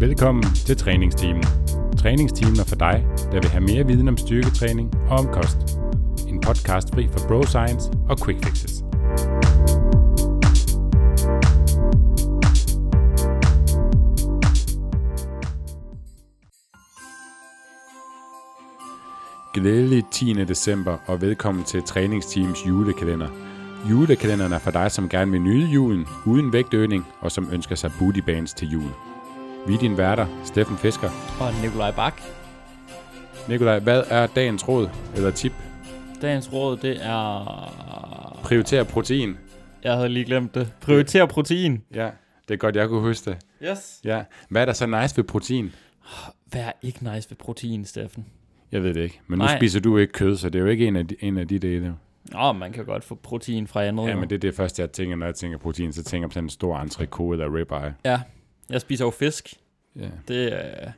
Velkommen til Træningsteamen. Træningsteamen er for dig, der vil have mere viden om styrketræning og om kost. En podcast fri for bro science og quick fixes. Glædelig 10. december og velkommen til Træningsteams julekalender. Julekalenderen er for dig, som gerne vil nyde julen uden vægtøgning og som ønsker sig booty bands til jul. Vi er dine værter, Steffen Fisker og Nikolaj Bak. Nikolaj, hvad er dagens råd eller tip? Dagens råd, det er... Prioriter protein. Jeg havde lige glemt det. Prioriter protein. Ja, det er godt, jeg kunne huske det. Yes. Ja. Hvad er der så nice ved protein? Hvad er ikke nice ved protein, Steffen? Jeg ved det ikke, men nu spiser du ikke kød, så det er jo ikke en af de dele. Man kan godt få protein fra andet. Ja, men det er det første, jeg tænker, når jeg tænker protein, så tænker jeg på sådan en stor entrecôte eller ribeye. Ja, jeg spiser jo fisk. Ja. Det er...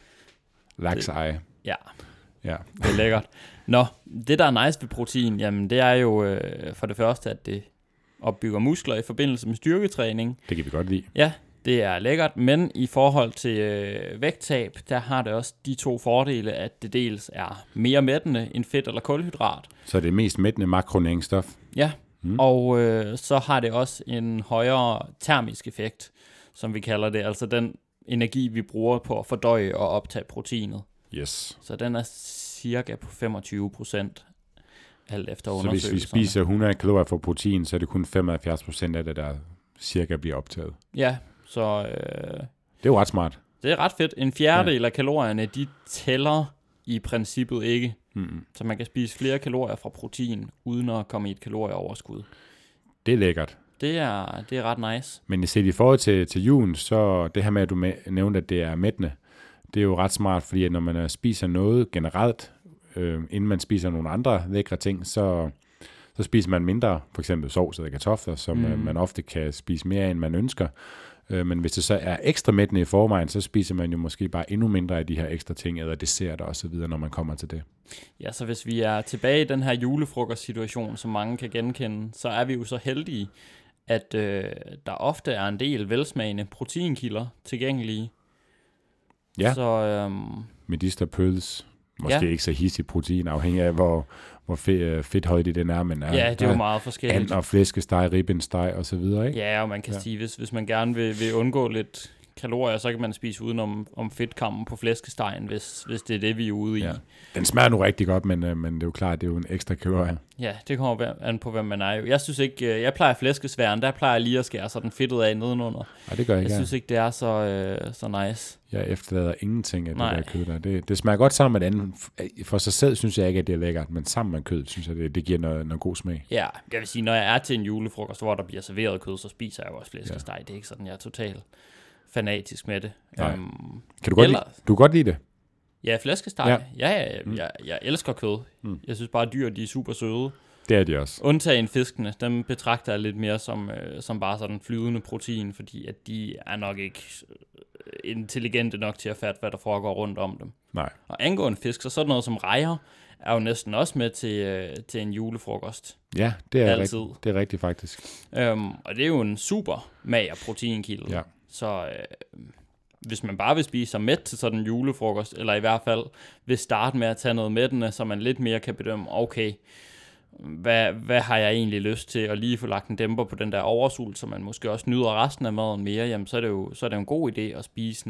Laks-eye. Ja, det er lækkert. Nå, det der er nice ved protein, jamen det er jo for det første, at det opbygger muskler i forbindelse med styrketræning. Det kan vi godt lide. Ja, det er lækkert, men i forhold til vægttab, der har det også de to fordele, at det dels er mere mættende end fedt eller kulhydrat. Så det er mest mættende makronæringsstof. Ja, og så har det også en højere termisk effekt, som vi kalder det, altså den energi, vi bruger på at fordøje og optage proteinet. Yes. Så den er cirka på 25%, alt efter undersøgelserne. Så hvis vi spiser 100 kalorier for protein, så er det kun 75% af det, der cirka bliver optaget. Ja, så... det er jo ret smart. Det er ret fedt. En fjerdedel af kalorierne, de tæller i princippet ikke. Så man kan spise flere kalorier fra protein, uden at komme i et kalorieoverskud. Det er lækkert. Det er ret nice. Men set i forhold til julen, så det her med, at du nævnte, at det er mættende, det er jo ret smart, fordi når man spiser noget generelt, inden man spiser nogle andre lækre ting, så spiser man mindre, for eksempel sovs eller kartofler, som man ofte kan spise mere, end man ønsker. Men hvis det så er ekstra mættende i forvejen, så spiser man jo måske bare endnu mindre af de her ekstra ting, eller desserter og så videre, når man kommer til det. Ja, så hvis vi er tilbage i den her julefrokostsituation, som mange kan genkende, så er vi jo så heldige, at der ofte er en del velsmagende proteinkilder tilgængelige. Ja, så, medisterpølse, måske ikke så hissig protein, afhængig af hvor fedthøjt den er, men ja, det er jo meget forskelligt. And og flæskesteg, ribbensteg og så videre, ikke? Ja, og man kan sige, hvis man gerne vil undgå lidt kalorier, så kan man spise udenom fedtkammen på flæskestegen, hvis det er det, vi er ude i. Ja. Den smager nu rigtig godt, men det er jo klart, det er jo en ekstra kalorie. Ja, det kommer an på, hvem man er. Jeg synes ikke, jeg plejer flæskesværen, der plejer jeg lige at skære sådan fedtet af nedenunder. Nej, det gør jeg ikke. Jeg synes ikke, det er så nice. Jeg efterlader ingenting af det der kød der. Det smager godt sammen med det andet. For sig selv synes jeg ikke, at det er lækkert, men sammen med kød, synes jeg, det giver noget god smag. Ja, jeg vil sige, når jeg er til en julefrokost, hvor der bliver serveret kød, så spiser jeg jo også flæskesteg. Ja. Det er ikke sådan, jeg er totalt fanatisk med det. Kan du godt lide? Du kan godt lide det? Ja, flæskesteg. Ja. Jeg elsker kød. Jeg synes bare, at dyr, de er super søde. Det er de også. Undtagen fiskene, dem betragter jeg lidt mere som bare sådan flydende protein, fordi at de er nok ikke intelligente nok til at fatte, hvad der foregår rundt om dem. Nej. Og angående fisk, så sådan noget som rejer, er jo næsten også med til en julefrokost. Ja, det er rigtigt faktisk. Og det er jo en super mager proteinkilde. Ja. Så hvis man bare vil spise sig mæt til sådan en julefrokost, eller i hvert fald vil starte med at tage noget mættende, så man lidt mere kan bedømme, okay, hvad har jeg egentlig lyst til, at lige få lagt en dæmper på den der oversult, så man måske også nyder resten af maden mere, jamen så er det jo en god idé at spise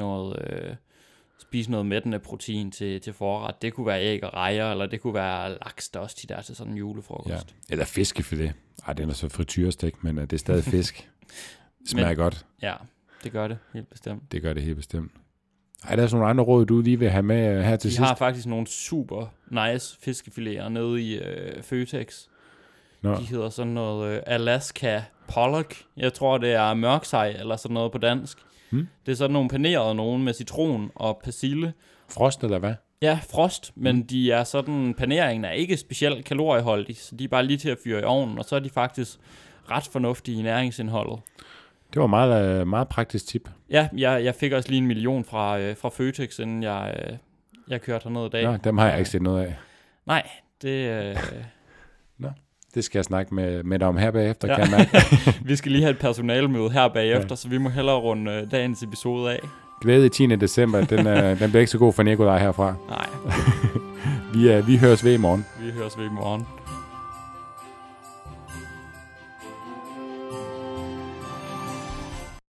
noget mættende protein til forret. Det kunne være æg og rejer, eller det kunne være laks, der også der til sådan en julefrokost. Ja. Eller fiskefilet. Den er så frityrestek, men det er stadig fisk. Det smager godt. Ja, det gør det helt bestemt. Det gør det helt bestemt. Der er sådan nogle andre råd, du lige vil have med her til sidst? Vi har faktisk nogle super nice fiskefiléer nede i Føtex. De hedder sådan noget Alaska Pollock. Jeg tror, det er mørksej eller sådan noget på dansk. Det er sådan nogle panerede nogen med citron og persille. Frost eller hvad? Ja, frost, men de er sådan, paneringen er ikke specielt kalorieholdig, så de er bare lige til at fyre i ovnen, og så er de faktisk ret fornuftige i næringsindholdet. Det var meget, meget praktisk tip. Ja, jeg fik også lige 1 million fra Føtex, inden jeg kørte hernede i dag. Nå, dem har jeg ikke set noget af. Nej, det... Nå, det skal jeg snakke med dig om her bagefter, kan jeg mærke. Vi skal lige have et personalemøde her bagefter, så vi må hellere runde dagens episode af. glæde i 10. december, den bliver ikke så god for Nikolaj herfra. Nej. Vi høres ved i morgen. Vi høres ved i morgen.